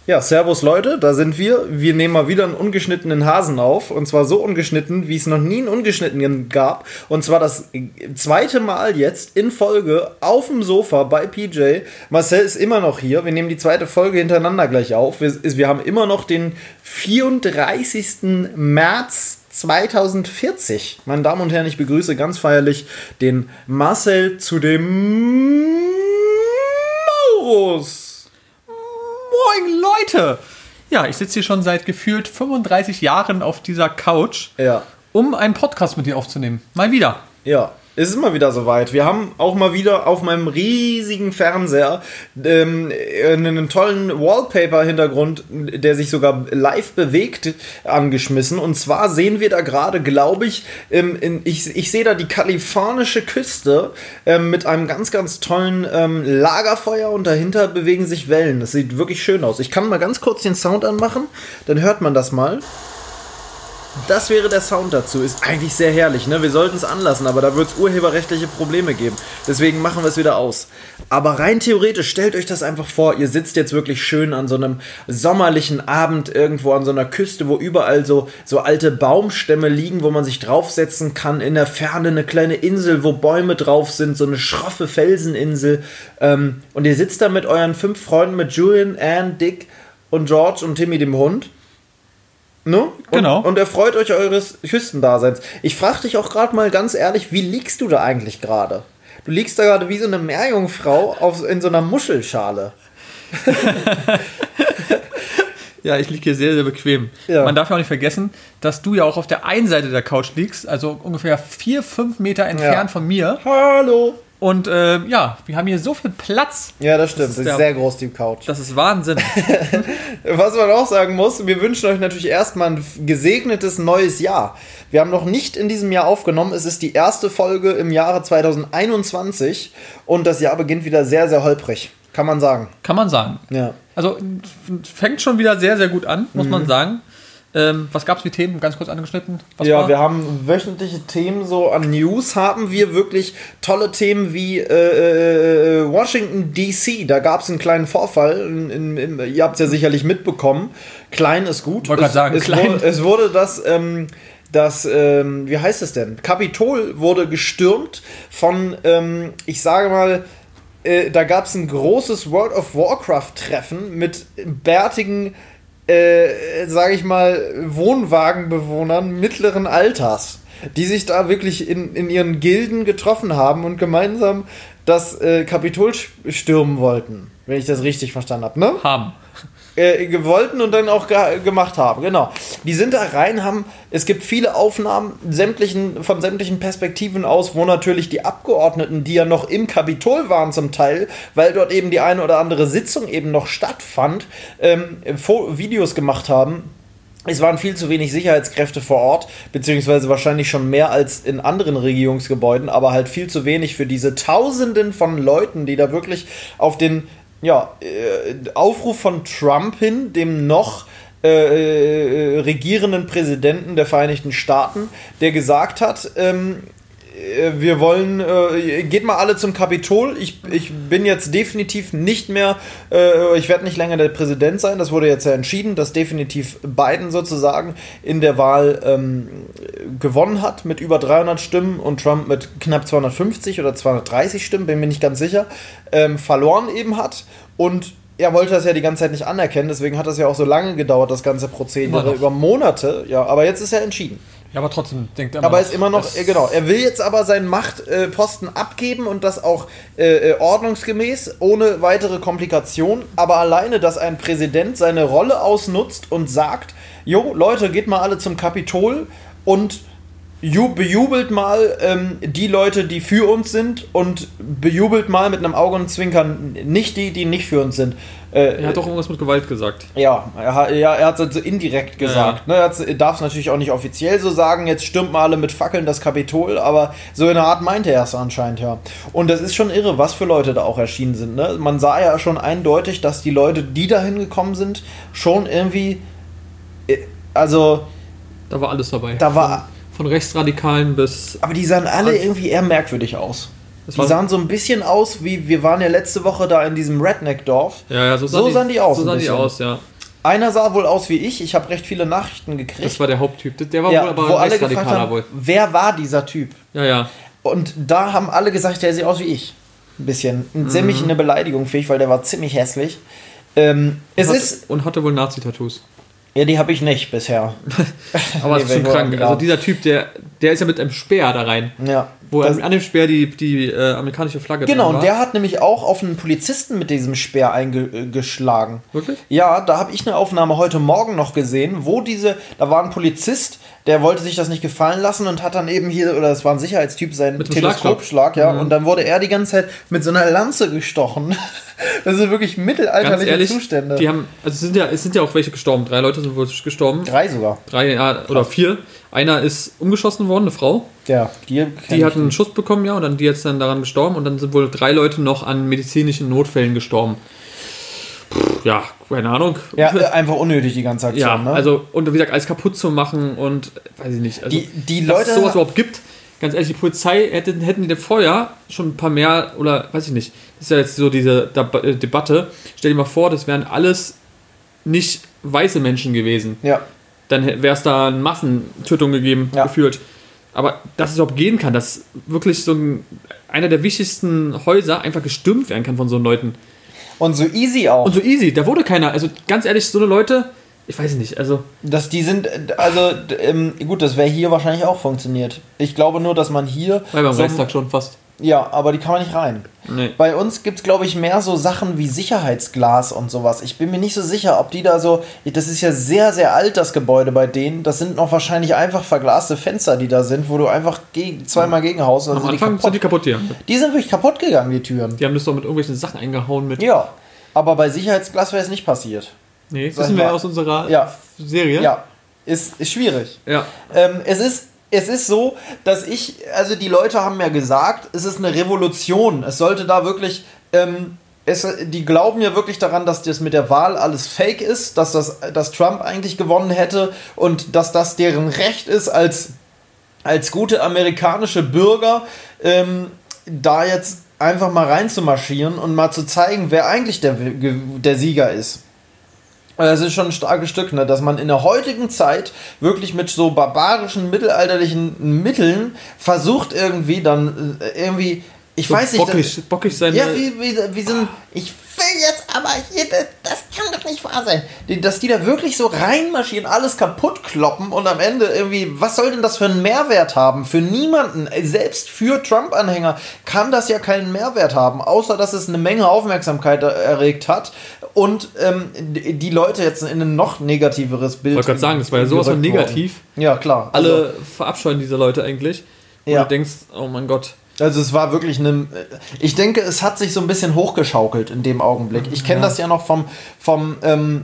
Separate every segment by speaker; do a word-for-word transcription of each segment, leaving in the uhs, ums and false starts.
Speaker 1: Ja, servus Leute, da sind wir. Wir nehmen mal wieder einen ungeschnittenen Hasen auf. Und zwar so ungeschnitten, wie es noch nie einen ungeschnittenen gab. Und zwar das zweite Mal jetzt in Folge auf dem Sofa bei P J. Marcel ist immer noch hier. Wir nehmen die zweite Folge hintereinander gleich auf. Wir, wir haben immer noch den vierunddreißigsten März zweitausendvierzig. Meine Damen und Herren, ich begrüße ganz feierlich den Marcel zu dem Maurus.
Speaker 2: Moin Leute! Ja, ich sitze hier schon seit gefühlt fünfunddreißig Jahren auf dieser Couch,
Speaker 1: ja. um
Speaker 2: einen Podcast mit dir aufzunehmen. Mal wieder.
Speaker 1: Ja, es ist mal wieder soweit. Wir haben auch mal wieder auf meinem riesigen Fernseher ähm, einen tollen Wallpaper-Hintergrund, der sich sogar live bewegt, angeschmissen. Und zwar sehen wir da gerade, glaube ich, ähm, in, ich, ich sehe da die kalifornische Küste ähm, mit einem ganz, ganz tollen ähm, Lagerfeuer und dahinter bewegen sich Wellen. Das sieht wirklich schön aus. Ich kann mal ganz kurz den Sound anmachen, dann hört man das mal. Das wäre der Sound dazu. Ist eigentlich sehr herrlich, ne? Wir sollten es anlassen, aber da wird es urheberrechtliche Probleme geben. Deswegen machen wir es wieder aus. Aber rein theoretisch, stellt euch das einfach vor, ihr sitzt jetzt wirklich schön an so einem sommerlichen Abend irgendwo an so einer Küste, wo überall so, so alte Baumstämme liegen, wo man sich draufsetzen kann. In der Ferne eine kleine Insel, wo Bäume drauf sind, so eine schroffe Felseninsel. Ähm, und ihr sitzt da mit euren fünf Freunden, mit Julian, Anne, Dick und George und Timmy, dem Hund. Ne? Und,
Speaker 2: genau.
Speaker 1: Und erfreut euch eures Küstendaseins. Ich frage dich auch gerade mal ganz ehrlich, wie liegst du da eigentlich gerade? Du liegst da gerade wie so eine Meerjungfrau auf, in so einer Muschelschale.
Speaker 2: Ja, ich liege hier sehr, sehr bequem. Ja. Man darf ja auch nicht vergessen, dass du ja auch auf der einen Seite der Couch liegst, also ungefähr vier, fünf Meter entfernt ja. von mir.
Speaker 1: Hallo!
Speaker 2: Und äh, ja, wir haben hier so viel Platz.
Speaker 1: Ja, das stimmt. Das ist, das ist der, sehr groß, die Couch.
Speaker 2: Das ist Wahnsinn.
Speaker 1: Was man auch sagen muss, wir wünschen euch natürlich erstmal ein gesegnetes neues Jahr. Wir haben noch nicht in diesem Jahr aufgenommen. Es ist die erste Folge im Jahre zweitausendeinundzwanzig und das Jahr beginnt wieder sehr, sehr holprig. Kann man sagen.
Speaker 2: Kann man sagen.
Speaker 1: Ja.
Speaker 2: Also fängt schon wieder sehr, sehr gut an, muss mhm. man sagen. Ähm, was gab es für Themen? Ganz kurz angeschnitten. Was
Speaker 1: ja,
Speaker 2: war?
Speaker 1: Wir haben wöchentliche Themen, so an News haben wir wirklich tolle Themen wie äh, äh, Washington D C. Da gab es einen kleinen Vorfall. In, in, in, ihr habt es ja sicherlich mitbekommen. Klein ist gut.
Speaker 2: Ich wollte gerade sagen,
Speaker 1: es,
Speaker 2: klein.
Speaker 1: Wurde, es wurde das, ähm, das ähm, wie heißt es denn? Kapitol wurde gestürmt von, ähm, ich sage mal, äh, da gab es ein großes World of Warcraft-Treffen mit bärtigen Äh, sage ich mal, Wohnwagenbewohnern mittleren Alters, die sich da wirklich in, in ihren Gilden getroffen haben und gemeinsam das äh, Kapitol stürmen wollten, wenn ich das richtig verstanden habe, ne?
Speaker 2: Haben.
Speaker 1: Äh, gewollten und dann auch ge- gemacht haben, genau. Die sind da rein, haben, es gibt viele Aufnahmen sämtlichen, von sämtlichen Perspektiven aus, wo natürlich die Abgeordneten, die ja noch im Kapitol waren zum Teil, weil dort eben die eine oder andere Sitzung eben noch stattfand, ähm, Fo- Videos gemacht haben. Es waren viel zu wenig Sicherheitskräfte vor Ort, beziehungsweise wahrscheinlich schon mehr als in anderen Regierungsgebäuden, aber halt viel zu wenig für diese Tausenden von Leuten, die da wirklich auf den Ja, äh, Aufruf von Trump hin, dem noch äh, äh, regierenden Präsidenten der Vereinigten Staaten, der gesagt hat, ähm, äh, wir wollen, äh, geht mal alle zum Kapitol, ich, ich bin jetzt definitiv nicht mehr, äh, ich werde nicht länger der Präsident sein, das wurde jetzt ja entschieden, dass definitiv Biden sozusagen in der Wahl ähm, gewonnen hat mit über dreihundert Stimmen und Trump mit knapp zweihundertfünfzig oder zweihundertdreißig Stimmen, bin mir nicht ganz sicher, ähm, verloren eben hat und er wollte das ja die ganze Zeit nicht anerkennen, deswegen hat das ja auch so lange gedauert, das ganze Prozedere, über Monate, ja, aber jetzt ist er entschieden.
Speaker 2: Ja, aber trotzdem denkt er
Speaker 1: immer Aber er ist immer noch, äh, genau, er will jetzt aber seinen Machtposten äh, abgeben und das auch äh, ordnungsgemäß, ohne weitere Komplikationen, aber alleine, dass ein Präsident seine Rolle ausnutzt und sagt, jo, Leute, geht mal alle zum Kapitol und ju- bejubelt mal ähm, die Leute, die für uns sind und bejubelt mal mit einem Augenzwinkern nicht die, die nicht für uns sind.
Speaker 2: Äh, er hat doch irgendwas mit Gewalt gesagt.
Speaker 1: Ja, er hat ja, er hat es so indirekt gesagt. Ja, ja. Ne, er darf es natürlich auch nicht offiziell so sagen, jetzt stürmt mal alle mit Fackeln das Kapitol, aber so in der Art meinte er es anscheinend, ja. Und das ist schon irre, was für Leute da auch erschienen sind. Ne? Man sah ja schon eindeutig, dass die Leute, die da hingekommen sind, schon irgendwie, also...
Speaker 2: Da war alles dabei.
Speaker 1: Da war...
Speaker 2: Von, von Rechtsradikalen bis...
Speaker 1: Aber die sahen alle irgendwie eher merkwürdig aus. Die sahen so ein bisschen aus, wie wir waren ja letzte Woche da in diesem Redneck-Dorf.
Speaker 2: Ja, ja, so,
Speaker 1: so sahen die, die aus.
Speaker 2: So sahen die aus, ja.
Speaker 1: Einer sah wohl aus wie ich. Ich habe recht viele Nachrichten gekriegt.
Speaker 2: Das war der Haupttyp. Der war
Speaker 1: ja,
Speaker 2: wohl aber
Speaker 1: wo alle
Speaker 2: rechtsradikaler
Speaker 1: gefragt haben,
Speaker 2: wohl.
Speaker 1: Wer war dieser Typ?
Speaker 2: Ja, ja.
Speaker 1: Und da haben alle gesagt, der sieht aus wie ich. Ein bisschen. Mhm. Ziemlich eine Beleidigung fähig, weil der war ziemlich hässlich. Ähm, es
Speaker 2: hat,
Speaker 1: ist
Speaker 2: und hatte wohl Nazi-Tattoos.
Speaker 1: Ja, die habe ich nicht bisher.
Speaker 2: Aber nee, das ist schon krank. Ja. Also dieser Typ, der, der ist ja mit einem Speer da rein.
Speaker 1: Ja.
Speaker 2: Wo das, an dem Speer die, die äh, amerikanische Flagge
Speaker 1: Genau,
Speaker 2: dran war.
Speaker 1: Und der hat nämlich auch auf einen Polizisten mit diesem Speer eingeschlagen.
Speaker 2: Wirklich?
Speaker 1: Ja, da habe ich eine Aufnahme heute Morgen noch gesehen, wo diese, da war ein Polizist, der wollte sich das nicht gefallen lassen und hat dann eben hier, oder es war ein Sicherheitstyp, seinen Teleskopschlag, ja, mhm. und dann wurde er die ganze Zeit mit so einer Lanze gestochen. Das sind wirklich mittelalterliche
Speaker 2: ehrlich,
Speaker 1: Zustände.
Speaker 2: Die haben, also es sind ja, es sind ja auch welche gestorben. Drei Leute sind wohl gestorben.
Speaker 1: Drei sogar.
Speaker 2: Drei, ja, oder vier. Einer ist umgeschossen worden, eine Frau.
Speaker 1: Ja, die,
Speaker 2: die hat einen Schuss bekommen, ja, und dann die jetzt dann daran gestorben und dann sind wohl drei Leute noch an medizinischen Notfällen gestorben. Pff, ja, keine Ahnung.
Speaker 1: Ja, einfach unnötig die ganze Aktion.
Speaker 2: Ja,
Speaker 1: ne?
Speaker 2: also und wie gesagt, alles kaputt zu machen und weiß ich nicht. Also,
Speaker 1: die, die
Speaker 2: dass
Speaker 1: Leute,
Speaker 2: es sowas überhaupt gibt. Ganz ehrlich, die Polizei hätten, hätten die vorher schon ein paar mehr, oder weiß ich nicht, das ist ja jetzt so diese Debatte, stell dir mal vor, das wären alles nicht weiße Menschen gewesen.
Speaker 1: Ja.
Speaker 2: Dann wäre es da eine Massentötung gegeben, ja. gefühlt. Aber dass es überhaupt gehen kann, dass wirklich so ein, einer der wichtigsten Häuser einfach gestürmt werden kann von so Leuten.
Speaker 1: Und so easy auch.
Speaker 2: Und so easy, da wurde keiner, also ganz ehrlich, so eine Leute, ich weiß nicht, also...
Speaker 1: Dass die sind, also ähm, gut, das wäre hier wahrscheinlich auch funktioniert. Ich glaube nur, dass man hier...
Speaker 2: Weil beim
Speaker 1: so
Speaker 2: Reichstag schon fast.
Speaker 1: Ja, aber die kann man nicht rein.
Speaker 2: Nee.
Speaker 1: Bei uns gibt es, glaube ich, mehr so Sachen wie Sicherheitsglas und sowas. Ich bin mir nicht so sicher, ob die da so... Das ist ja sehr, sehr alt, das Gebäude bei denen. Das sind noch wahrscheinlich einfach verglaste Fenster, die da sind, wo du einfach gegen, zweimal gegenhaust.
Speaker 2: Am
Speaker 1: Anfang
Speaker 2: sind die, sind die kaputt, ja.
Speaker 1: Die sind wirklich kaputt gegangen, die Türen.
Speaker 2: Die haben das doch mit irgendwelchen Sachen eingehauen mit...
Speaker 1: Ja, aber bei Sicherheitsglas wäre es nicht passiert.
Speaker 2: Nee, das wissen wir ja aus unserer
Speaker 1: ja.
Speaker 2: Serie.
Speaker 1: Ja, ist, ist schwierig.
Speaker 2: Ja.
Speaker 1: Ähm, es ist... Es ist so, dass ich, also die Leute haben ja gesagt, es ist eine Revolution. Es sollte da wirklich, ähm, es, die glauben ja wirklich daran, dass das mit der Wahl alles fake ist, dass, das, dass Trump eigentlich gewonnen hätte und dass das deren Recht ist, als, als gute amerikanische Bürger, ähm, da jetzt einfach mal reinzumarschieren und mal zu zeigen, wer eigentlich der, der Sieger ist. Das ist schon ein starkes Stück, ne? Dass man in der heutigen Zeit wirklich mit so barbarischen, mittelalterlichen Mitteln versucht irgendwie dann äh, irgendwie, ich
Speaker 2: so
Speaker 1: weiß nicht...
Speaker 2: Bockig,
Speaker 1: das,
Speaker 2: bockig sein.
Speaker 1: Ja, wie, wie, wie so ein... Ich will jetzt aber hier... Das, das kann doch nicht wahr sein. Die, dass die da wirklich so reinmarschieren, alles kaputt kloppen und am Ende irgendwie... Was soll denn das für einen Mehrwert haben? Für niemanden, selbst für Trump-Anhänger, kann das ja keinen Mehrwert haben, außer dass es eine Menge Aufmerksamkeit erregt hat und ähm, die Leute jetzt in ein noch negativeres Bild...
Speaker 2: Ich wollte gerade sagen, das war ja sowas von negativ.
Speaker 1: Ja, klar.
Speaker 2: Alle
Speaker 1: also,
Speaker 2: verabscheuen diese Leute eigentlich. Und
Speaker 1: ja.
Speaker 2: du denkst, oh mein Gott...
Speaker 1: Also es war wirklich eine... Ich denke, es hat sich so ein bisschen hochgeschaukelt in dem Augenblick. Ich kenne ja. das ja noch vom, vom ähm,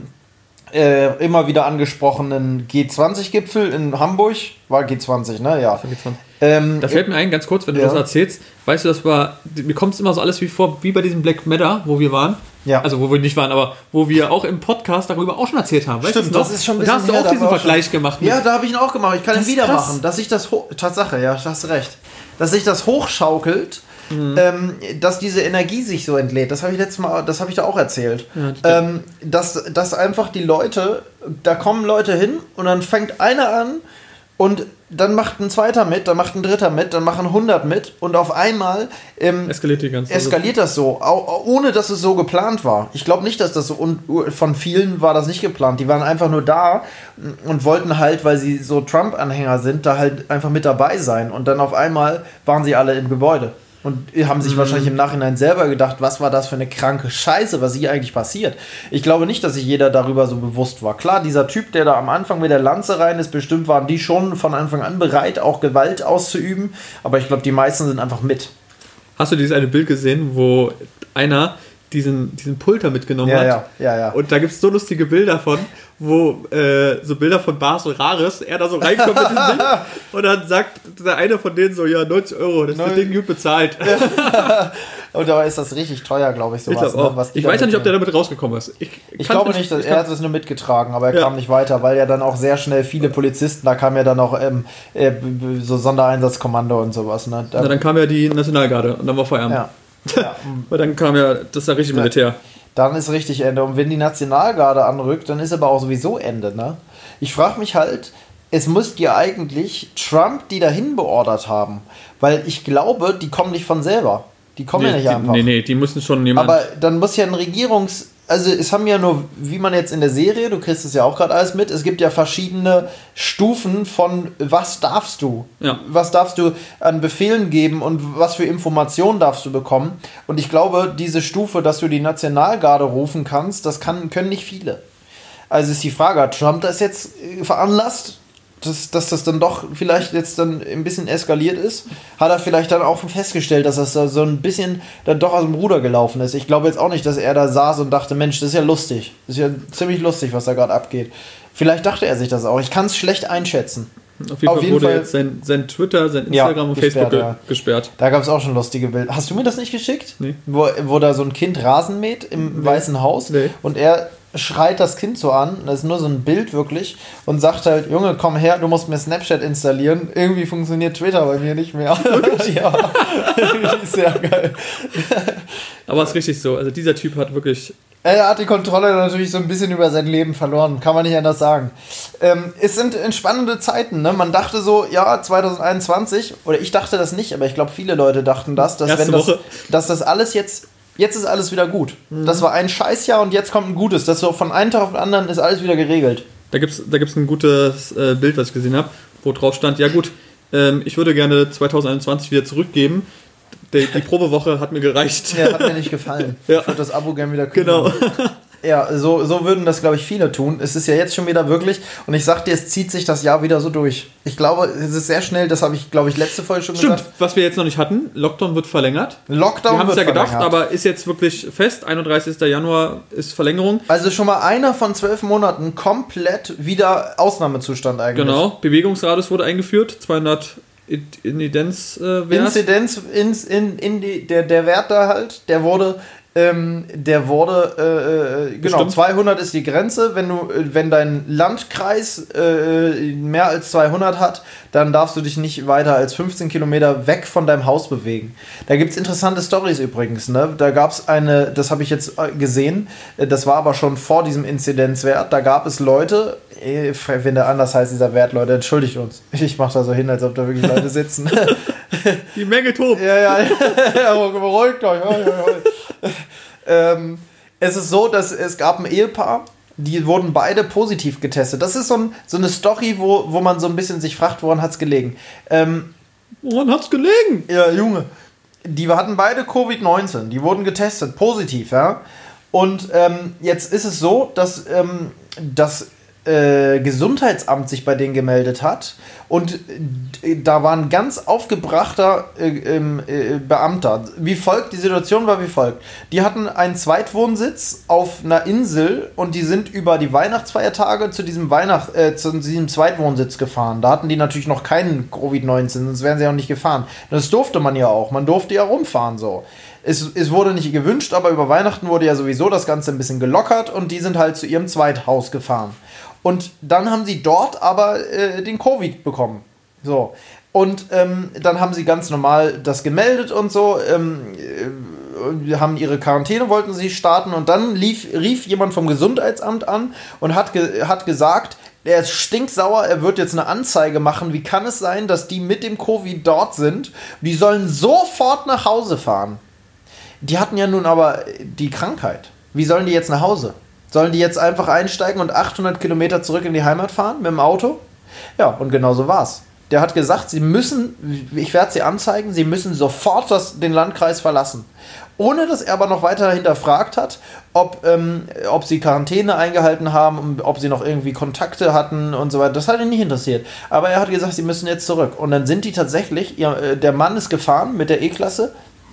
Speaker 1: äh, immer wieder angesprochenen G zwanzig Gipfel in Hamburg. War G zwanzig, ne? Ja.
Speaker 2: G zwanzig.
Speaker 1: Ähm,
Speaker 2: da fällt mir ein, ganz kurz, wenn du
Speaker 1: ja.
Speaker 2: das erzählst, weißt du, das war... Mir kommt es immer so alles wie vor, wie bei diesem Black Matter, wo wir waren.
Speaker 1: Ja.
Speaker 2: Also wo wir nicht waren, aber wo wir auch im Podcast darüber auch schon erzählt haben. Weißt
Speaker 1: Stimmt, das ist schon ein bisschen.
Speaker 2: Da hast du
Speaker 1: her,
Speaker 2: auch diesen Vergleich
Speaker 1: schon,
Speaker 2: gemacht.
Speaker 1: Ja, da habe ich ihn auch gemacht. Ich kann
Speaker 2: das
Speaker 1: ihn wieder
Speaker 2: krass.
Speaker 1: machen. Dass sich das ho- Tatsache, ja, da hast du recht. Dass sich das hochschaukelt, mhm. ähm, dass diese Energie sich so entlädt. Das habe ich letztes Mal, das habe ich da auch erzählt. Ja, ähm, dass, dass einfach die Leute, da kommen Leute hin und dann fängt einer an und dann macht ein zweiter mit, dann macht ein dritter mit, dann machen hundert mit und auf einmal ähm,
Speaker 2: eskaliert, die ganze
Speaker 1: eskaliert das so, ohne dass es so geplant war. Ich glaube nicht, dass das so, und von vielen war das nicht geplant. Die waren einfach nur da und wollten halt, weil sie so Trump-Anhänger sind, da halt einfach mit dabei sein und dann auf einmal waren sie alle im Gebäude. Und haben sich mhm. wahrscheinlich im Nachhinein selber gedacht, was war das für eine kranke Scheiße, was hier eigentlich passiert. Ich glaube nicht, dass sich jeder darüber so bewusst war. Klar, dieser Typ, der da am Anfang mit der Lanze rein ist, bestimmt waren die schon von Anfang an bereit, auch Gewalt auszuüben. Aber ich glaube, die meisten sind einfach mit.
Speaker 2: Hast du dieses eine Bild gesehen, wo einer diesen, diesen Pulter mitgenommen
Speaker 1: ja,
Speaker 2: hat?
Speaker 1: Ja, ja, ja.
Speaker 2: Und da gibt es so lustige Bilder von, wo äh, so Bilder von Bars und Rares, er da so reinkommt mit diesem Ding und dann sagt der eine von denen so, ja, neunzig Euro, das ist das Ding gut bezahlt.
Speaker 1: Ja. Und dabei ist das richtig teuer, glaube ich, sowas.
Speaker 2: Ich, glaub
Speaker 1: ne? Was
Speaker 2: ich weiß ja nicht, ob der damit rausgekommen ist. Ich,
Speaker 1: ich glaube nicht, dass, er hat es nur mitgetragen, aber er ja. kam nicht weiter, weil ja dann auch sehr schnell viele Polizisten, da kam ja dann auch ähm, äh, so Sondereinsatzkommando und sowas. Ne?
Speaker 2: Da, Na, dann kam ja die Nationalgarde und dann war Feierabend.
Speaker 1: Ja. Ja.
Speaker 2: Weil dann kam ja das Regime Militär.
Speaker 1: Dann ist richtig Ende. Und wenn die Nationalgarde anrückt, dann ist aber auch sowieso Ende, ne? Ich frage mich halt, es müsste ja eigentlich Trump die dahin beordert haben. Weil ich glaube, die kommen nicht von selber. Die kommen
Speaker 2: nee,
Speaker 1: ja nicht
Speaker 2: die,
Speaker 1: einfach.
Speaker 2: Nee, nee, die müssen schon jemand...
Speaker 1: Aber dann muss ja ein Regierungs... Also es haben ja nur, wie man jetzt in der Serie, du kriegst es ja auch gerade alles mit, es gibt ja verschiedene Stufen von was darfst du?
Speaker 2: Ja.
Speaker 1: Was darfst du an Befehlen geben und was für Informationen darfst du bekommen? Und ich glaube, diese Stufe, dass du die Nationalgarde rufen kannst, das kann, können nicht viele. Also ist die Frage, hat Trump das jetzt veranlasst? Dass, dass das dann doch vielleicht jetzt dann ein bisschen eskaliert ist, hat er vielleicht dann auch festgestellt, dass das da so ein bisschen dann doch aus dem Ruder gelaufen ist. Ich glaube jetzt auch nicht, dass er da saß und dachte, Mensch, das ist ja lustig. Das ist ja ziemlich lustig, was da gerade abgeht. Vielleicht dachte er sich das auch. Ich kann es schlecht einschätzen.
Speaker 2: Auf jeden
Speaker 1: Auf
Speaker 2: Fall
Speaker 1: jeden
Speaker 2: wurde
Speaker 1: Fall
Speaker 2: jetzt sein, sein Twitter, sein Instagram
Speaker 1: ja,
Speaker 2: und Facebook
Speaker 1: gesperrt,
Speaker 2: ge
Speaker 1: ja.
Speaker 2: gesperrt.
Speaker 1: Da gab es auch schon lustige Bilder. Hast du mir das nicht geschickt?
Speaker 2: Nee.
Speaker 1: Wo, wo da so ein Kind Rasen mäht im
Speaker 2: Nee.
Speaker 1: Weißen Haus
Speaker 2: Nee.
Speaker 1: und er schreit das Kind so an, das ist nur so ein Bild wirklich, und sagt halt, Junge, komm her, du musst mir Snapchat installieren. Irgendwie funktioniert Twitter bei mir nicht mehr. Ja, sehr geil.
Speaker 2: Aber es ist richtig so, also dieser Typ hat wirklich...
Speaker 1: Er hat die Kontrolle natürlich so ein bisschen über sein Leben verloren, kann man nicht anders sagen. Ähm, es sind entspannende Zeiten, ne? Man dachte so, ja, zwanzig einundzwanzig, oder ich dachte das nicht, aber ich glaube, viele Leute dachten das, dass,
Speaker 2: Erste
Speaker 1: wenn das,
Speaker 2: Woche.
Speaker 1: dass das alles jetzt, jetzt ist alles wieder gut.
Speaker 2: Mhm.
Speaker 1: Das war ein Scheißjahr und jetzt kommt ein gutes. Das so von einem Tag auf den anderen ist alles wieder geregelt.
Speaker 2: Da gibt es da gibt's ein gutes äh, Bild, was ich gesehen habe, wo drauf stand, ja gut, ähm, ich würde gerne zwanzig einundzwanzig wieder zurückgeben. Die, die Probewoche hat mir gereicht.
Speaker 1: Ja, hat mir nicht gefallen.
Speaker 2: Ja.
Speaker 1: Ich würde das Abo gerne wieder kündigen.
Speaker 2: Genau.
Speaker 1: Ja, so, so würden das, glaube ich, viele tun. Es ist ja jetzt schon wieder wirklich, und ich sag dir, es zieht sich das Jahr wieder so durch. Ich glaube, es ist sehr schnell, das habe ich, glaube ich, letzte Folge schon
Speaker 2: Stimmt,
Speaker 1: gesagt.
Speaker 2: was wir jetzt noch nicht hatten, Lockdown wird verlängert.
Speaker 1: Lockdown
Speaker 2: wir haben es
Speaker 1: wird
Speaker 2: ja gedacht,
Speaker 1: verlängert.
Speaker 2: aber ist jetzt wirklich fest. einunddreißigster Januar ist Verlängerung.
Speaker 1: Also schon mal einer von zwölf Monaten komplett wieder Ausnahmezustand eigentlich.
Speaker 2: Genau, Bewegungsradius wurde eingeführt, zweihundert Inzidenzwert. Äh,
Speaker 1: Inzidenz, ins, in, in die, der, der Wert da halt, der wurde, ähm, der wurde, äh, äh, genau,
Speaker 2: Bestimmt.
Speaker 1: zweihundert ist die Grenze. Wenn du, äh, wenn dein Landkreis äh, mehr als zweihundert hat, dann darfst du dich nicht weiter als fünfzehn Kilometer weg von deinem Haus bewegen. Da gibt es interessante Storys übrigens, ne? Da gab es eine, das habe ich jetzt äh, gesehen, äh, das war aber schon vor diesem Inzidenzwert, da gab es Leute, äh, wenn der anders heißt, dieser Wert, Leute, entschuldigt uns. Ich mache da so hin, als ob da wirklich Leute sitzen.
Speaker 2: Die Menge tobt.
Speaker 1: Ja, ja, ja, beruhigt euch. Ja, ja, ja. ähm, es ist so, dass es gab ein Ehepaar, die wurden beide positiv getestet. Das ist so, ein, so eine Story, wo, wo man so ein bisschen sich fragt, woran hat es gelegen. Ähm,
Speaker 2: Woran hat's gelegen?
Speaker 1: ja, Junge. Die hatten beide Covid neunzehn, die wurden getestet, positiv, ja. Und ähm, jetzt ist es so, dass ähm, das äh, Gesundheitsamt sich bei denen gemeldet hat und äh, da war ein ganz aufgebrachter äh, äh, Beamter. Wie folgt, die Situation war wie folgt. Die hatten einen Zweitwohnsitz auf einer Insel und die sind über die Weihnachtsfeiertage zu diesem, Weihnacht, äh, zu diesem Zweitwohnsitz gefahren. Da hatten die natürlich noch keinen Covid neunzehn, sonst wären sie auch nicht gefahren. Das durfte man ja auch, man durfte ja rumfahren so. Es, es wurde nicht gewünscht, aber über Weihnachten wurde ja sowieso das Ganze ein bisschen gelockert und die sind halt zu ihrem Zweithaus gefahren. Und dann haben sie dort aber äh, den Covid bekommen. So. Und ähm, dann haben sie ganz normal das gemeldet und so, ähm, äh, haben ihre Quarantäne, wollten sie starten und dann lief, rief jemand vom Gesundheitsamt an und hat, ge- hat gesagt, er ist stinksauer, er wird jetzt eine Anzeige machen. Wie kann es sein, dass die mit dem Covid dort sind? Die sollen sofort nach Hause fahren. Die hatten ja nun aber die Krankheit. Wie sollen die jetzt nach Hause? Sollen die jetzt einfach einsteigen und achthundert Kilometer zurück in die Heimat fahren mit dem Auto? Ja, und genau so war's. Der hat gesagt, sie müssen, ich werde sie anzeigen, sie müssen sofort das, den Landkreis verlassen. Ohne dass er aber noch weiter hinterfragt hat, ob, ähm, ob sie Quarantäne eingehalten haben, ob sie noch irgendwie Kontakte hatten und so weiter. Das hat ihn nicht interessiert. Aber er hat gesagt, sie müssen jetzt zurück. Und dann sind die tatsächlich, ihr, der Mann ist gefahren mit der E-Klasse,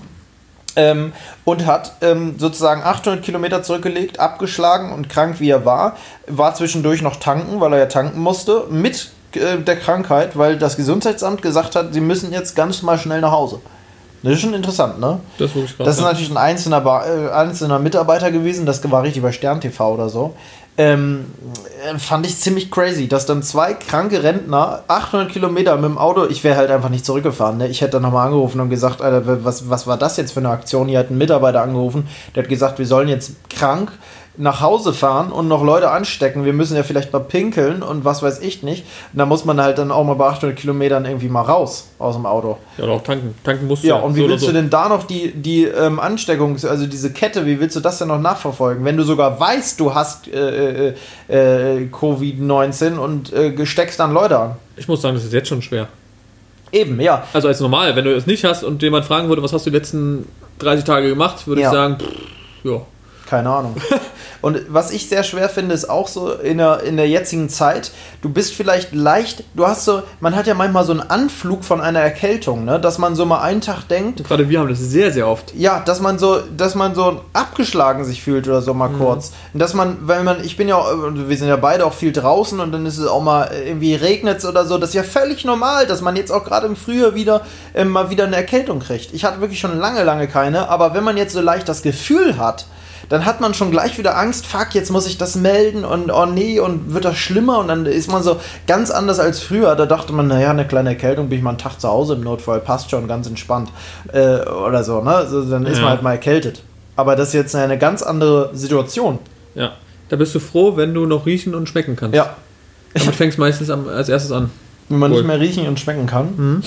Speaker 1: Ähm, und hat ähm, sozusagen achthundert Kilometer zurückgelegt, abgeschlagen und krank wie er war, war zwischendurch noch tanken, weil er ja tanken musste, mit äh, der Krankheit, weil das Gesundheitsamt gesagt hat, sie müssen jetzt ganz mal schnell nach Hause. Das ist schon interessant, ne?
Speaker 2: Das ist wirklich krass.
Speaker 1: Das ist
Speaker 2: ja.
Speaker 1: natürlich ein einzelner, Ba- äh, einzelner Mitarbeiter gewesen, das war richtig bei Stern T V oder so. Ähm, äh, fand ich ziemlich crazy, dass dann zwei kranke Rentner achthundert Kilometer mit dem Auto, ich wäre halt einfach nicht zurückgefahren, ne? Ich hätte dann nochmal angerufen und gesagt, Alter, was, was war das jetzt für eine Aktion? Hier hat ein Mitarbeiter angerufen, der hat gesagt, wir sollen jetzt krank nach Hause fahren und noch Leute anstecken, wir müssen ja vielleicht mal pinkeln und was weiß ich nicht. Und da muss man halt dann auch mal bei achthundert Kilometern irgendwie mal raus aus dem Auto.
Speaker 2: Ja, oder auch tanken. Tanken musst du
Speaker 1: Ja, und wie
Speaker 2: so
Speaker 1: willst
Speaker 2: oder so.
Speaker 1: du denn da noch die, die ähm, Ansteckung, also diese Kette, wie willst du das denn noch nachverfolgen? Wenn du sogar weißt, du hast äh, äh, äh, Covid neunzehn und äh, steckst dann Leute an.
Speaker 2: Ich muss sagen, das ist jetzt schon schwer.
Speaker 1: Eben, ja.
Speaker 2: Also als normal, wenn du es nicht hast und jemand fragen würde, was hast du die letzten dreißig Tage gemacht, würde
Speaker 1: Ja.
Speaker 2: ich sagen, pff, ja.
Speaker 1: Keine Ahnung. Und was ich sehr schwer finde, ist auch so in der, in der jetzigen Zeit, du bist vielleicht leicht, du hast so, man hat ja manchmal so einen Anflug von einer Erkältung, ne, dass man so mal einen Tag denkt,
Speaker 2: Und gerade wir haben das sehr, sehr oft.
Speaker 1: ja, dass man so, dass man so abgeschlagen sich fühlt oder so mal
Speaker 2: Mhm.
Speaker 1: kurz. Und dass man, weil man, ich bin ja, auch, wir sind ja beide auch viel draußen und dann ist es auch mal irgendwie regnet oder so. Das ist ja völlig normal, dass man jetzt auch gerade im Frühjahr wieder äh, mal wieder eine Erkältung kriegt. Ich hatte wirklich schon lange, lange keine, aber wenn man jetzt so leicht das Gefühl hat, dann hat man schon gleich wieder Angst, fuck, jetzt muss ich das melden und oh nee, und wird das schlimmer und dann ist man so ganz anders als früher. Da dachte man, naja, eine kleine Erkältung, bin ich mal einen Tag zu Hause im Notfall, passt schon, ganz entspannt äh, oder so, ne? Also, dann ist
Speaker 2: Ja.
Speaker 1: man halt mal erkältet. Aber das ist jetzt eine ganz andere Situation.
Speaker 2: Ja. Da bist du froh, wenn du noch riechen und schmecken kannst.
Speaker 1: Ja,
Speaker 2: Damit fängst du meistens am, als erstes an.
Speaker 1: wenn man
Speaker 2: Cool.
Speaker 1: nicht mehr riechen und schmecken kann.
Speaker 2: Mhm.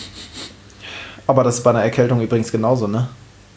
Speaker 1: Aber das ist bei einer Erkältung übrigens genauso, ne?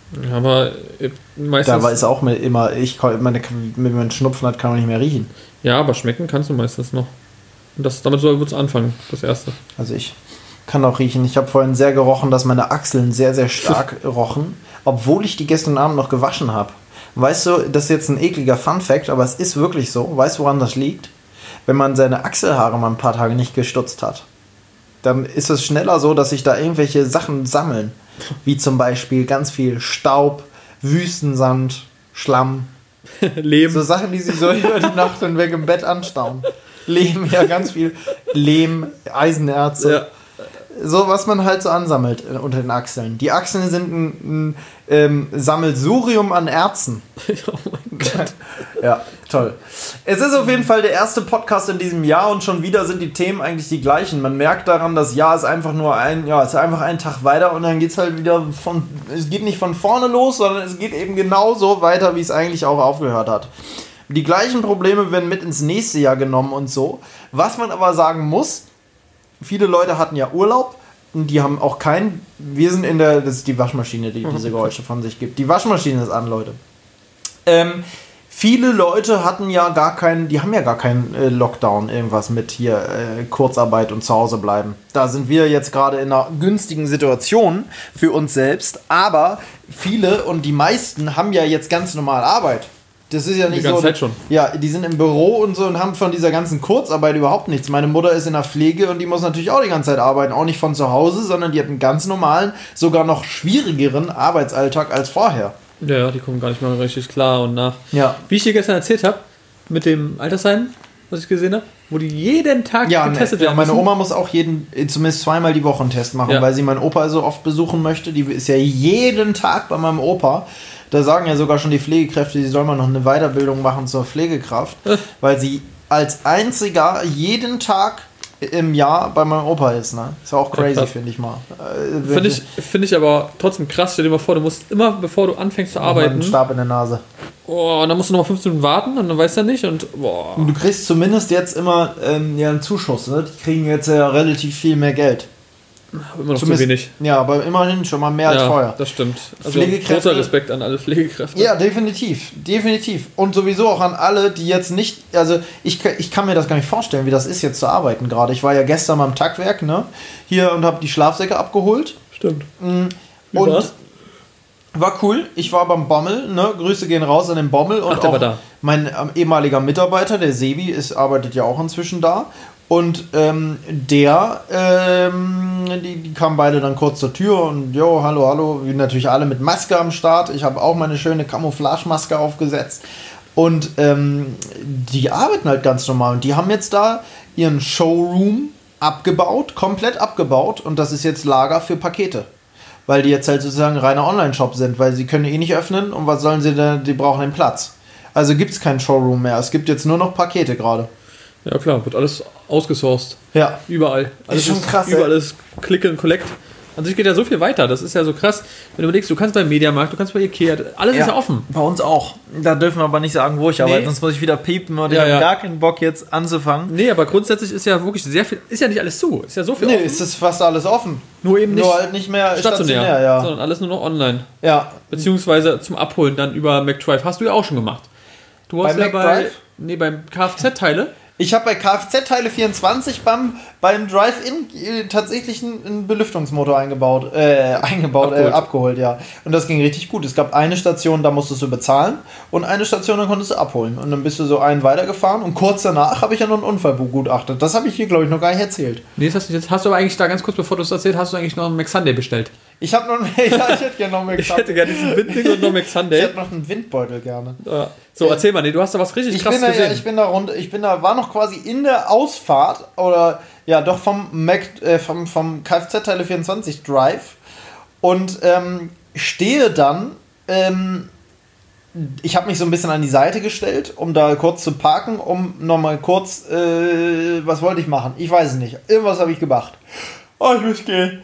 Speaker 2: Aber äh, meistens.
Speaker 1: Da ist auch mit immer, ich kann- meine, wenn man Schnupfen hat, kann man nicht mehr riechen.
Speaker 2: Ja, aber schmecken kannst du meistens noch. Und das, damit soll es anfangen, das erste.
Speaker 1: Also ich kann auch riechen. Ich habe vorhin sehr gerochen, dass meine Achseln sehr, sehr stark rochen, obwohl ich die gestern Abend noch gewaschen habe. Weißt du, das ist jetzt ein ekliger Fun-Fact, aber es ist wirklich so. Weißt du, woran das liegt? Wenn man seine Achselhaare mal ein paar Tage nicht gestutzt hat, dann ist es schneller so, dass sich da irgendwelche Sachen sammeln. Wie zum Beispiel ganz viel Staub, Wüstensand, Schlamm.
Speaker 2: Leben.
Speaker 1: So Sachen, die sich so über die Nacht hinweg im Bett anstauen. Lehm, ja, ganz viel. Lehm, Eisenerze.
Speaker 2: Ja.
Speaker 1: So, was man halt so ansammelt äh, unter den Achseln. Die Achseln sind ein, ein ähm, Sammelsurium an Erzen.
Speaker 2: Oh mein Gott.
Speaker 1: Ja, toll. Es ist auf jeden Fall der erste Podcast in diesem Jahr und schon wieder sind die Themen eigentlich die gleichen. Man merkt daran, das Jahr ist einfach nur ein, ja, es ist einfach ein Tag weiter und dann geht es halt wieder von, es geht nicht von vorne los, sondern es geht eben genauso weiter, wie es eigentlich auch aufgehört hat. Die gleichen Probleme werden mit ins nächste Jahr genommen und so. Was man aber sagen muss, viele Leute hatten ja Urlaub und die haben auch keinen. Wir sind in der. Das ist die Waschmaschine, die diese Geräusche von sich gibt. Die Waschmaschine ist an, Leute. Ähm, viele Leute hatten ja gar keinen. Die haben ja gar keinen äh, Lockdown, irgendwas mit hier äh, Kurzarbeit und zu Hause bleiben. Da sind wir jetzt gerade in einer günstigen Situation für uns selbst. Aber viele und die meisten haben ja jetzt ganz normal Arbeit. Das ist ja nicht
Speaker 2: Die ganze
Speaker 1: so.
Speaker 2: Zeit schon.
Speaker 1: Ja, die sind im Büro und so und haben von dieser ganzen Kurzarbeit überhaupt nichts. Meine Mutter ist in der Pflege und die muss natürlich auch die ganze Zeit arbeiten. Auch nicht von zu Hause, sondern die hat einen ganz normalen, sogar noch schwierigeren Arbeitsalltag als vorher.
Speaker 2: Ja, ja, die kommen gar nicht mal richtig klar und nach.
Speaker 1: Ja.
Speaker 2: Wie ich dir gestern erzählt habe, mit dem Altersheim, was ich gesehen habe, wo die jeden Tag
Speaker 1: Ja, ne,
Speaker 2: getestet
Speaker 1: ja,
Speaker 2: werden
Speaker 1: meine
Speaker 2: müssen.
Speaker 1: Oma muss auch jeden, zumindest zweimal die Woche einen Test machen,
Speaker 2: Ja.
Speaker 1: weil sie meinen Opa so oft besuchen möchte. Die ist ja jeden Tag bei meinem Opa. Da sagen ja sogar schon die Pflegekräfte, sie soll mal noch eine Weiterbildung machen zur Pflegekraft, weil sie als einziger jeden Tag im Jahr bei meinem Opa ist. Ne? Ist ja auch crazy,
Speaker 2: krass.
Speaker 1: finde ich mal. Äh,
Speaker 2: Finde ich, find ich aber trotzdem krass. Stell dir mal vor, du musst immer, bevor du anfängst zu
Speaker 1: Noch mal einen
Speaker 2: arbeiten,
Speaker 1: Stab in der Nase.
Speaker 2: oh, und dann musst du noch mal fünfzehn Minuten warten und dann weißt du nicht und boah.
Speaker 1: Und du kriegst zumindest jetzt immer ähm, ja, einen Zuschuss. Ne? Die kriegen jetzt ja relativ viel mehr Geld.
Speaker 2: Immer noch
Speaker 1: Zumindest-
Speaker 2: zu wenig.
Speaker 1: Ja, aber immerhin schon mal mehr als
Speaker 2: Ja,
Speaker 1: vorher.
Speaker 2: das stimmt. Also
Speaker 1: Pflegekräfte-
Speaker 2: großer Respekt an alle Pflegekräfte.
Speaker 1: Ja, definitiv, definitiv. Und sowieso auch an alle, die jetzt nicht, also ich, ich kann mir das gar nicht vorstellen, wie das ist jetzt zu arbeiten gerade. Ich war ja gestern beim Tackwerk, ne, hier und habe die Schlafsäcke abgeholt.
Speaker 2: Stimmt.
Speaker 1: Mm,
Speaker 2: Wie
Speaker 1: und
Speaker 2: war's?
Speaker 1: war cool. Ich war beim Bommel, ne, Grüße gehen raus an den Bommel. Und
Speaker 2: Ach, der
Speaker 1: auch
Speaker 2: war da.
Speaker 1: mein ähm, ehemaliger Mitarbeiter, der Sebi, ist, arbeitet ja auch inzwischen da. Und ähm, der, ähm, die, die kamen beide dann kurz zur Tür und jo, hallo, hallo, wir natürlich alle mit Maske am Start. Ich habe auch meine schöne Camouflage-Maske aufgesetzt. Und ähm, die arbeiten halt ganz normal. Und die haben jetzt da ihren Showroom abgebaut, komplett abgebaut. Und das ist jetzt Lager für Pakete. weil die jetzt halt sozusagen reiner Online-Shop sind, weil sie können eh nicht öffnen und was sollen sie denn, die brauchen den Platz. Also gibt es keinen Showroom mehr, es gibt jetzt nur noch Pakete gerade.
Speaker 2: Ja klar, wird alles ausgesourced.
Speaker 1: Ja.
Speaker 2: Überall. Alles
Speaker 1: ist schon
Speaker 2: ist,
Speaker 1: krass.
Speaker 2: Überall ist Click and Collect. An sich geht ja so viel weiter, das ist ja so krass. Wenn du überlegst, du kannst beim Mediamarkt, du kannst bei Ikea, alles ja, ist ja offen.
Speaker 1: Bei uns auch. Da dürfen wir aber nicht sagen, wo ich nee. arbeite, sonst muss ich wieder piepen und ja, ich habe ja. gar keinen Bock jetzt anzufangen.
Speaker 2: Nee, aber grundsätzlich ist ja wirklich sehr viel, ist ja nicht alles zu, ist ja so viel
Speaker 1: nee,
Speaker 2: offen.
Speaker 1: Nee, ist fast alles offen.
Speaker 2: Nur eben nicht,
Speaker 1: nur halt nicht mehr
Speaker 2: stationär,
Speaker 1: stationär ja.
Speaker 2: sondern alles nur noch online.
Speaker 1: Ja.
Speaker 2: Beziehungsweise zum Abholen dann über McDrive. Hast du ja auch schon gemacht. Du hast
Speaker 1: bei
Speaker 2: ja bei, nee, beim Kfz-Teile.
Speaker 1: Ich habe bei Kfz-Teile vierundzwanzig beim, beim Drive-In äh, tatsächlich einen, einen Belüftungsmotor eingebaut, äh, eingebaut, abgeholt. Äh, abgeholt, ja. Und das ging richtig gut. Es gab eine Station, da musstest du bezahlen und eine Station, da konntest du abholen. Und dann bist du so einen weitergefahren und kurz danach habe ich ja noch einen Unfall begutachtet. Das habe ich hier, glaube ich, noch gar nicht erzählt.
Speaker 2: Nee, das hast du jetzt. Hast du aber eigentlich da ganz kurz, bevor du es erzählt hast, du eigentlich noch einen McSunday bestellt?
Speaker 1: Ich habe noch, ja, ich hätte gerne noch einen McSunday.
Speaker 2: Ich hätte gerne diesen Windling und noch McSunday.
Speaker 1: Ich hätte noch einen Windbeutel gerne.
Speaker 2: Ja. So, erzähl mal, nee, du hast da was richtig
Speaker 1: ich
Speaker 2: krasses
Speaker 1: bin da,
Speaker 2: gesehen.
Speaker 1: Ja, ich bin da rund, ich bin da, war noch quasi in der Ausfahrt oder ja doch vom Mac, äh, vom, vom Kfz-Teile vierundzwanzig Drive und ähm, stehe dann, ähm, ich habe mich so ein bisschen an die Seite gestellt, um da kurz zu parken, um nochmal kurz, äh, was wollte ich machen? Ich weiß es nicht. Irgendwas habe ich gemacht. Oh, ich muss gehen.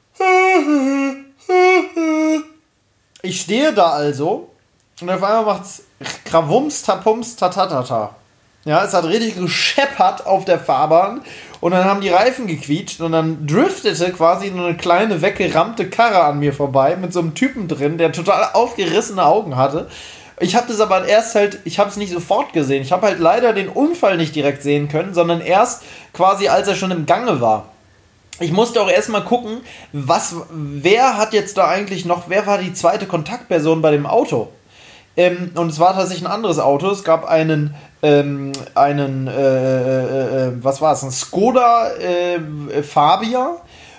Speaker 1: Ich stehe da also und auf einmal macht's Krawums, Tapums, Tatatata. Ja, es hat richtig gescheppert auf der Fahrbahn und dann haben die Reifen gequietscht und dann driftete quasi nur eine kleine weggerammte Karre an mir vorbei mit so einem Typen drin, der total aufgerissene Augen hatte. Ich habe das aber erst halt, ich habe es nicht sofort gesehen. Ich habe halt leider den Unfall nicht direkt sehen können, sondern erst quasi, als er schon im Gange war. Ich musste auch erstmal gucken, was, wer hat jetzt da eigentlich noch, wer war die zweite Kontaktperson bei dem Auto? Ähm, und es war tatsächlich ein anderes Auto. Es gab einen, ähm, einen, äh, äh, äh, was war es, ein Skoda äh, Fabia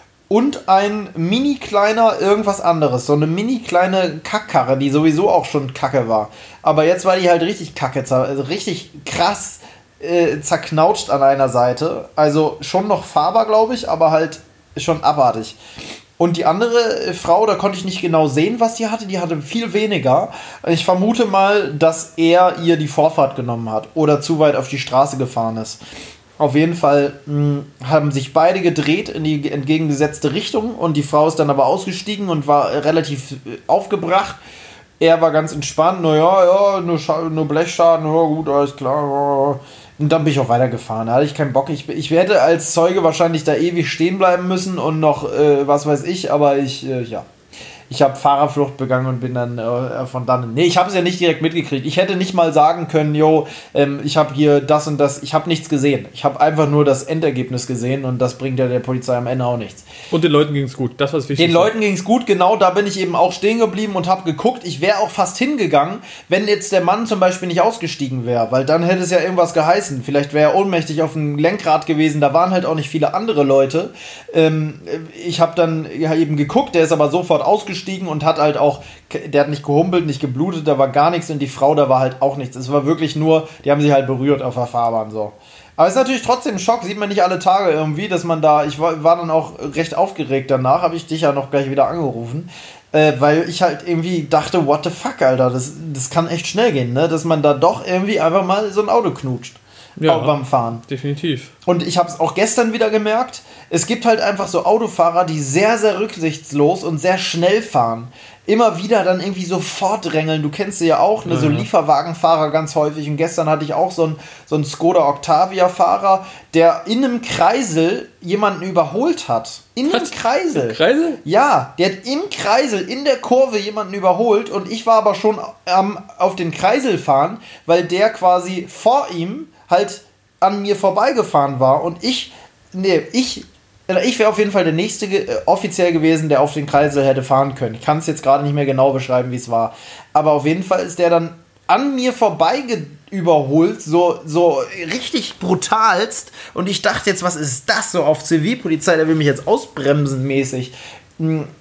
Speaker 1: und ein mini kleiner irgendwas anderes. So eine mini kleine Kackkarre, die sowieso auch schon kacke war. Aber jetzt war die halt richtig kacke, also richtig krass äh, zerknautscht an einer Seite. Also schon noch fahrbar, glaube ich, aber halt schon abartig. Und die andere Frau, da konnte ich nicht genau sehen, was die hatte. Die hatte viel weniger. Ich vermute mal, dass er ihr die Vorfahrt genommen hat oder zu weit auf die Straße gefahren ist. Auf jeden Fall mh, haben sich beide gedreht in die entgegengesetzte Richtung und die Frau ist dann aber ausgestiegen und war relativ aufgebracht. Er war ganz entspannt. Naja, ja, nur, Scha- nur Blechschaden, ja gut, alles klar. Ja. Und dann bin ich auch weitergefahren. Da hatte ich keinen Bock. Ich, ich hätte als Zeuge wahrscheinlich da ewig stehen bleiben müssen und noch, äh, was weiß ich, aber ich, äh, ja. Ich habe Fahrerflucht begangen und bin dann äh, von dann. Nee, ich habe es ja nicht direkt mitgekriegt. Ich hätte nicht mal sagen können, jo, ähm, ich habe hier das und das. Ich habe nichts gesehen. Ich habe einfach nur das Endergebnis gesehen und das bringt ja der Polizei am Ende auch nichts.
Speaker 2: Und den Leuten ging es gut. Das war das Wichtigste.
Speaker 1: Den Leuten ging es gut, genau. Da bin ich eben auch stehen geblieben und habe geguckt. Ich wäre auch fast hingegangen, wenn jetzt der Mann zum Beispiel nicht ausgestiegen wäre, weil dann hätte es ja irgendwas geheißen. Vielleicht wäre er ohnmächtig auf dem Lenkrad gewesen. Da waren halt auch nicht viele andere Leute. Ähm, ich habe dann ja eben geguckt. Der ist aber sofort ausgestiegen und hat halt auch, der hat nicht gehumpelt, nicht geblutet, da war gar nichts und die Frau, da war halt auch nichts. Es war wirklich nur, die haben sich halt berührt auf der Fahrbahn, so. Aber es ist natürlich trotzdem ein Schock, sieht man nicht alle Tage irgendwie, dass man da, ich war, war dann auch recht aufgeregt danach, habe ich dich ja noch gleich wieder angerufen, äh, weil ich halt irgendwie dachte, what the fuck, Alter, das, das kann echt schnell gehen, ne, dass man da doch irgendwie einfach mal so ein Auto knutscht. Ja, auch beim Fahren.
Speaker 2: Definitiv.
Speaker 1: Und ich habe es auch gestern wieder gemerkt, es gibt halt einfach so Autofahrer, die sehr, sehr rücksichtslos und sehr schnell fahren. Immer wieder dann irgendwie so fortdrängeln. Du kennst sie ja auch, ne? Ja. So Lieferwagenfahrer ganz häufig. Und gestern hatte ich auch so einen so einen Skoda Octavia-Fahrer, der in einem Kreisel jemanden überholt hat. In einem Kreisel.
Speaker 2: Kreisel?
Speaker 1: Ja, der hat im Kreisel, in der Kurve jemanden überholt. Und ich war aber schon am, auf den Kreisel fahren, weil der quasi vor ihm halt an mir vorbeigefahren war und ich, nee, ich, ich wäre auf jeden Fall der Nächste äh, offiziell gewesen, der auf den Kreisel hätte fahren können. Ich kann es jetzt gerade nicht mehr genau beschreiben, wie es war. Aber auf jeden Fall ist der dann an mir vorbei überholt, so, so richtig brutalst. Und ich dachte jetzt, was ist das so auf Zivilpolizei, der will mich jetzt ausbremsen mäßig.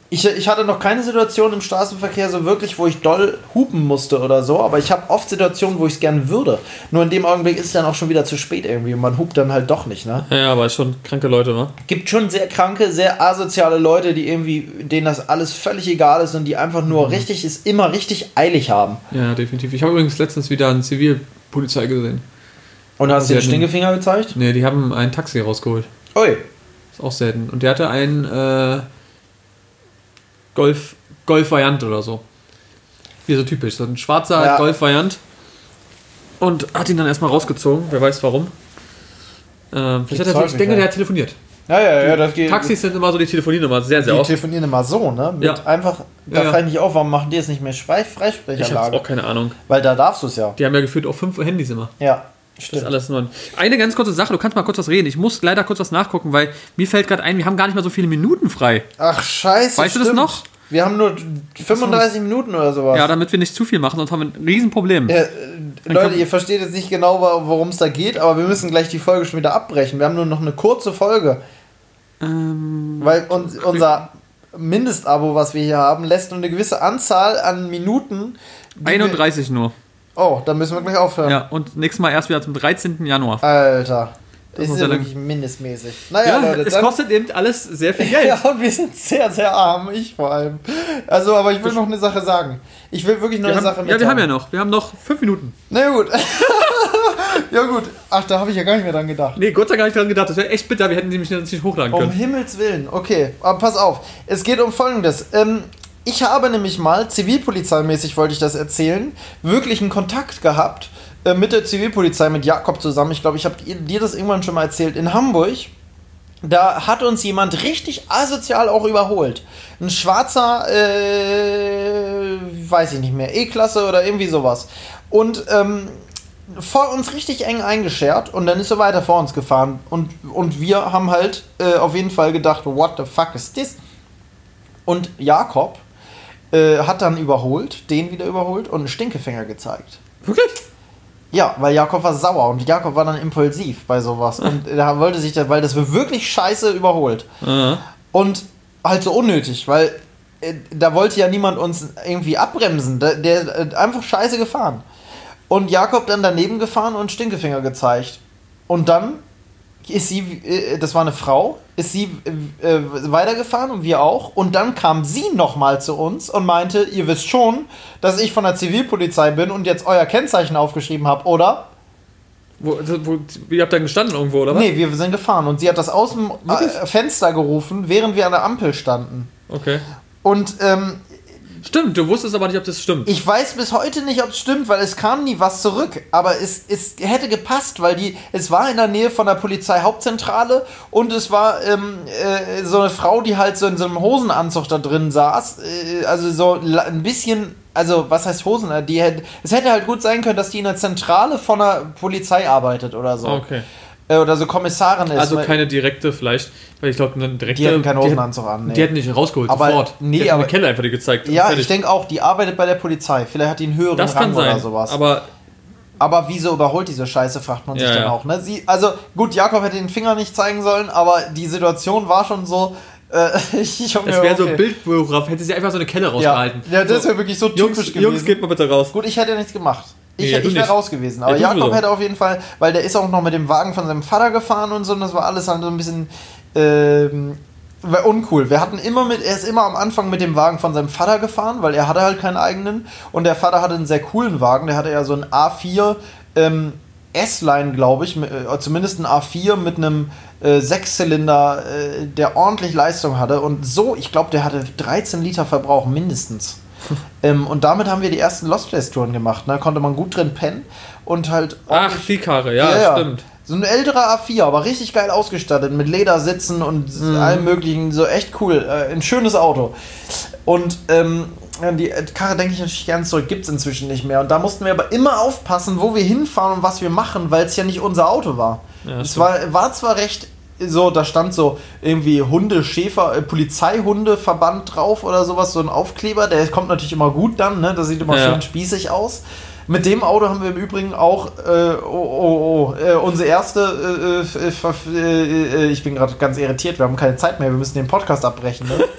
Speaker 1: Ich, ich hatte noch keine Situation im Straßenverkehr so wirklich, wo ich doll hupen musste oder so, aber ich habe oft Situationen, wo ich es gerne würde. Nur in dem Augenblick ist es dann auch schon wieder zu spät irgendwie und man hupt dann halt doch nicht, ne?
Speaker 2: Ja, aber schon kranke Leute, ne?
Speaker 1: Gibt schon sehr kranke, sehr asoziale Leute, die irgendwie, denen das alles völlig egal ist und die einfach nur mhm. richtig, es immer richtig eilig haben.
Speaker 2: Ja, definitiv. Ich habe übrigens letztens wieder eine Zivilpolizei gesehen.
Speaker 1: Und hast du den Stinkefinger gezeigt?
Speaker 2: Ne, die haben ein Taxi rausgeholt.
Speaker 1: Ui.
Speaker 2: Ist auch selten. Und der hatte ein, äh, Golf, Golf-Variant oder so. Wie so typisch. So ein schwarzer ja. Golf-Variant. Und hat ihn dann erstmal rausgezogen. Wer weiß warum. Ähm, vielleicht hat er, ich denke, der hat telefoniert.
Speaker 1: Ja, ja, ja. Das geht.
Speaker 2: Taxis sind immer so, die telefonieren immer sehr, sehr
Speaker 1: die
Speaker 2: oft.
Speaker 1: Die telefonieren immer so, ne? Mit
Speaker 2: ja.
Speaker 1: einfach, da
Speaker 2: ja,
Speaker 1: frage ich mich auch, warum machen die jetzt nicht mehr Freisprecherlage?
Speaker 2: Ich habe auch keine Ahnung.
Speaker 1: Weil da darfst du es ja.
Speaker 2: Die haben ja gefühlt auch fünf Handys immer.
Speaker 1: Ja.
Speaker 2: Stimmt. Das ist alles nur. Eine ganz kurze Sache, du kannst mal kurz was reden. Ich muss leider kurz was nachgucken, weil mir fällt gerade ein, wir haben gar nicht mehr so viele Minuten frei.
Speaker 1: Ach, scheiße.
Speaker 2: Weißt stimmt. du das noch?
Speaker 1: Wir haben nur fünfunddreißig Minuten oder sowas.
Speaker 2: Ja, damit wir nicht zu viel machen, sonst haben wir ein Riesenproblem.
Speaker 1: Ja, Leute, ihr versteht jetzt nicht genau, worum es da geht, aber wir müssen gleich die Folge schon wieder abbrechen. Wir haben nur noch eine kurze Folge.
Speaker 2: Ähm,
Speaker 1: weil uns, unser Mindestabo, was wir hier haben, lässt nur eine gewisse Anzahl an Minuten.
Speaker 2: einunddreißig nur.
Speaker 1: Oh, dann müssen wir gleich aufhören.
Speaker 2: Ja, und nächstes Mal erst wieder zum dreizehnten Januar.
Speaker 1: Alter. Das ist ja wirklich mindestmäßig. Naja,
Speaker 2: ja,
Speaker 1: Leute.
Speaker 2: Es
Speaker 1: dann,
Speaker 2: kostet eben alles sehr viel Geld.
Speaker 1: Ja, und wir sind sehr, sehr arm. Ich vor allem. Also, aber ich will noch eine Sache sagen. Ich will wirklich noch
Speaker 2: wir
Speaker 1: eine
Speaker 2: haben,
Speaker 1: Sache
Speaker 2: mitteilen. Ja, wir haben ja noch. Wir haben noch fünf Minuten.
Speaker 1: Na gut. Ja gut. Ach, da habe ich ja gar nicht mehr dran gedacht.
Speaker 2: Nee, Gott sei Dank gar nicht dran gedacht. Das wäre echt bitter. Wir hätten nämlich nicht hochladen können.
Speaker 1: Um Himmels Willen. Okay, aber pass auf. Es geht um Folgendes. Ähm, ich habe nämlich mal, zivilpolizeimäßig wollte ich das erzählen, wirklich einen Kontakt gehabt äh, mit der Zivilpolizei, mit Jakob zusammen. Ich glaube, ich habe dir das irgendwann schon mal erzählt. In Hamburg, da hat uns jemand richtig asozial auch überholt. Ein schwarzer, äh, weiß ich nicht mehr, E-Klasse oder irgendwie sowas. Und, ähm, vor uns richtig eng eingeschert und dann ist er weiter vor uns gefahren. Und, und wir haben halt äh, auf jeden Fall gedacht, what the fuck is this? Und Jakob äh, hat dann überholt, den wieder überholt und einen Stinkefinger gezeigt.
Speaker 2: Wirklich?
Speaker 1: Ja, weil Jakob war sauer und Jakob war dann impulsiv bei sowas. Und er wollte sich, weil das war wirklich scheiße überholt.
Speaker 2: Mhm.
Speaker 1: Und halt so unnötig, weil äh, da wollte ja niemand uns irgendwie abbremsen. Der, der äh, einfach scheiße gefahren. Und Jakob dann daneben gefahren und Stinkefinger gezeigt. Und dann ist sie, äh, das war eine Frau, ist sie äh, weitergefahren und wir auch. Und dann kam sie nochmal zu uns und meinte, ihr wisst schon, dass ich von der Zivilpolizei bin und jetzt euer Kennzeichen aufgeschrieben habe, oder?
Speaker 2: Wo, wo, ihr habt dann gestanden irgendwo, oder was?
Speaker 1: Nee, wir sind gefahren. Und sie hat das aus dem äh, Fenster gerufen, während wir an der Ampel standen.
Speaker 2: Okay.
Speaker 1: Und, ähm,
Speaker 2: stimmt, du wusstest aber nicht, ob das stimmt.
Speaker 1: Ich weiß bis heute nicht, ob es stimmt, weil es kam nie was zurück. Aber es, es hätte gepasst, weil die, es war in der Nähe von der Polizeihauptzentrale und es war ähm, äh, so eine Frau, die halt so in so einem Hosenanzug da drin saß. Äh, also so ein bisschen, also was heißt Hosen? Die hätte, es hätte halt gut sein können, dass die in der Zentrale von der Polizei arbeitet oder so.
Speaker 2: Okay.
Speaker 1: Oder so Kommissarin ist.
Speaker 2: Also keine direkte vielleicht, weil ich glaube, eine direkte...
Speaker 1: Die hatten keinen Hosenanzug an, nee.
Speaker 2: Die hätten nicht rausgeholt,
Speaker 1: aber
Speaker 2: sofort.
Speaker 1: Nee,
Speaker 2: die
Speaker 1: aber...
Speaker 2: eine Kelle einfach dir gezeigt.
Speaker 1: Ja, ich denke auch, die arbeitet bei der Polizei. Vielleicht hat die einen höheren
Speaker 2: das
Speaker 1: Rang
Speaker 2: kann sein,
Speaker 1: oder sowas.
Speaker 2: Aber...
Speaker 1: Aber wieso überholt diese Scheiße, fragt man sich
Speaker 2: ja,
Speaker 1: dann
Speaker 2: ja.
Speaker 1: auch, ne? Sie, also, gut, Jakob hätte den Finger nicht zeigen sollen, aber die Situation war schon so... Äh, ich, ich
Speaker 2: das wäre
Speaker 1: okay.
Speaker 2: so ein Bildfotograf, hätte sie einfach so eine Kelle rausgehalten.
Speaker 1: Ja, ja das
Speaker 2: so,
Speaker 1: wäre wirklich so typisch
Speaker 2: Jungs,
Speaker 1: gewesen.
Speaker 2: Jungs, geht mal bitte raus.
Speaker 1: Gut, ich hätte ja nichts gemacht. Ich,
Speaker 2: nee,
Speaker 1: ich wäre raus gewesen. Aber
Speaker 2: ja,
Speaker 1: Jakob
Speaker 2: so.
Speaker 1: hätte auf jeden Fall, weil der ist auch noch mit dem Wagen von seinem Vater gefahren und so, und das war alles halt so ein bisschen ähm, uncool. Wir hatten immer mit, er ist immer am Anfang mit dem Wagen von seinem Vater gefahren, weil er hatte halt keinen eigenen und der Vater hatte einen sehr coolen Wagen, der hatte ja so einen A vier ähm, S-Line, glaube ich, mit, äh, zumindest einen A vier mit einem äh, Sechszylinder, äh, der ordentlich Leistung hatte und so, ich glaube, der hatte dreizehn Liter Verbrauch mindestens. ähm, und damit haben wir die ersten Lost Place Touren gemacht. Da konnte man gut drin pennen und halt.
Speaker 2: Ach, die Karre, ja, ja, stimmt.
Speaker 1: So ein älterer A vier, aber richtig geil ausgestattet mit Ledersitzen und mhm. allem möglichen. So echt cool. Äh, ein schönes Auto. Und ähm, die Karre, denke ich natürlich gerne zurück, gibt es inzwischen nicht mehr. Und da mussten wir aber immer aufpassen, wo wir hinfahren und was wir machen, weil es ja nicht unser Auto war. Ja, es war, war zwar recht. So, da stand so irgendwie Hunde, Schäfer, äh, Polizeihundeverband drauf oder sowas, so ein Aufkleber, der kommt natürlich immer gut dann, ne? Das sieht immer ja. schön spießig aus. Mit dem Auto haben wir im Übrigen auch äh, oh, oh, oh, äh, unsere erste äh, äh, äh, äh, ich bin gerade ganz irritiert, wir haben keine Zeit mehr, wir müssen den Podcast abbrechen, ne?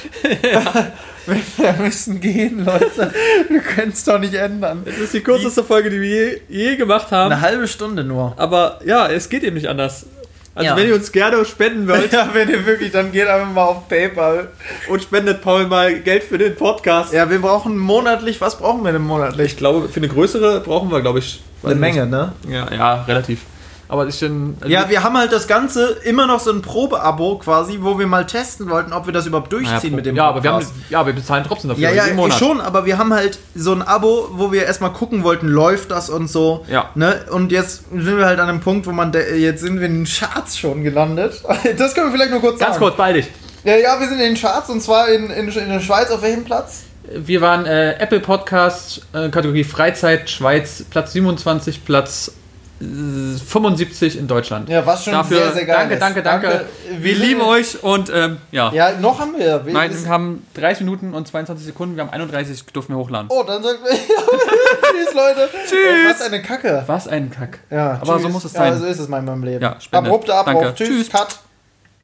Speaker 1: Wir müssen gehen, Leute. Wir können es doch nicht ändern.
Speaker 2: Es ist die kürzeste Folge, die wir je, je gemacht haben.
Speaker 1: Eine halbe Stunde nur.
Speaker 2: Aber ja, es geht eben nicht anders. Also
Speaker 1: ja.
Speaker 2: wenn ihr uns gerne spenden wollt.
Speaker 1: Ja, wenn ihr wirklich, dann geht einfach mal auf PayPal.
Speaker 2: Und spendet Paul mal Geld für den Podcast.
Speaker 1: Ja, wir brauchen monatlich, was brauchen wir denn monatlich?
Speaker 2: Ich glaube, für eine größere brauchen wir, glaube ich.
Speaker 1: Eine Menge, ne?
Speaker 2: Ja, ja, relativ. Aber ich bin... Also
Speaker 1: ja, wir haben halt das Ganze immer noch so ein Probeabo quasi, wo wir mal testen wollten, ob wir das überhaupt durchziehen
Speaker 2: ja,
Speaker 1: mit dem
Speaker 2: ja,
Speaker 1: Podcast.
Speaker 2: aber wir haben, ja, wir bezahlen trotzdem dafür.
Speaker 1: Ja, ja,
Speaker 2: jeden Monat.
Speaker 1: schon, aber wir haben halt so ein Abo, wo wir erstmal gucken wollten, läuft das und so.
Speaker 2: Ja.
Speaker 1: Ne? Und jetzt sind wir halt an einem Punkt, wo man, de- jetzt sind wir in den Charts schon gelandet. Das können wir vielleicht nur kurz
Speaker 2: Ganz
Speaker 1: sagen.
Speaker 2: kurz, baldig.
Speaker 1: Ja, ja, wir sind in den Charts und zwar in, in, in der Schweiz. Auf welchem Platz?
Speaker 2: Wir waren äh, Apple Podcast, äh, Kategorie Freizeit, Schweiz, Platz siebenundzwanzig, Platz äh, fünfundsiebzig in Deutschland.
Speaker 1: Ja, was schon
Speaker 2: Dafür,
Speaker 1: sehr, sehr geil
Speaker 2: danke,
Speaker 1: ist.
Speaker 2: danke, danke,
Speaker 1: Danke.
Speaker 2: Wir lieben euch und ähm, ja.
Speaker 1: Ja, noch haben wir. wir
Speaker 2: Nein,
Speaker 1: ist-
Speaker 2: wir haben dreißig Minuten und zweiundzwanzig Sekunden, wir haben einunddreißig, dürfen wir hochladen.
Speaker 1: Oh, dann sagen wir. Tschüss, Leute.
Speaker 2: Tschüss.
Speaker 1: Ey, was eine Kacke.
Speaker 2: Was ein Kack.
Speaker 1: Ja,
Speaker 2: Aber
Speaker 1: tschüss.
Speaker 2: so muss es
Speaker 1: Ja,
Speaker 2: sein.
Speaker 1: so ist es manchmal im Leben.
Speaker 2: Ja, spendet.
Speaker 1: Abrupter Abbruch.
Speaker 2: Danke.
Speaker 1: Tschüss.
Speaker 2: Tschüss.
Speaker 1: Cut.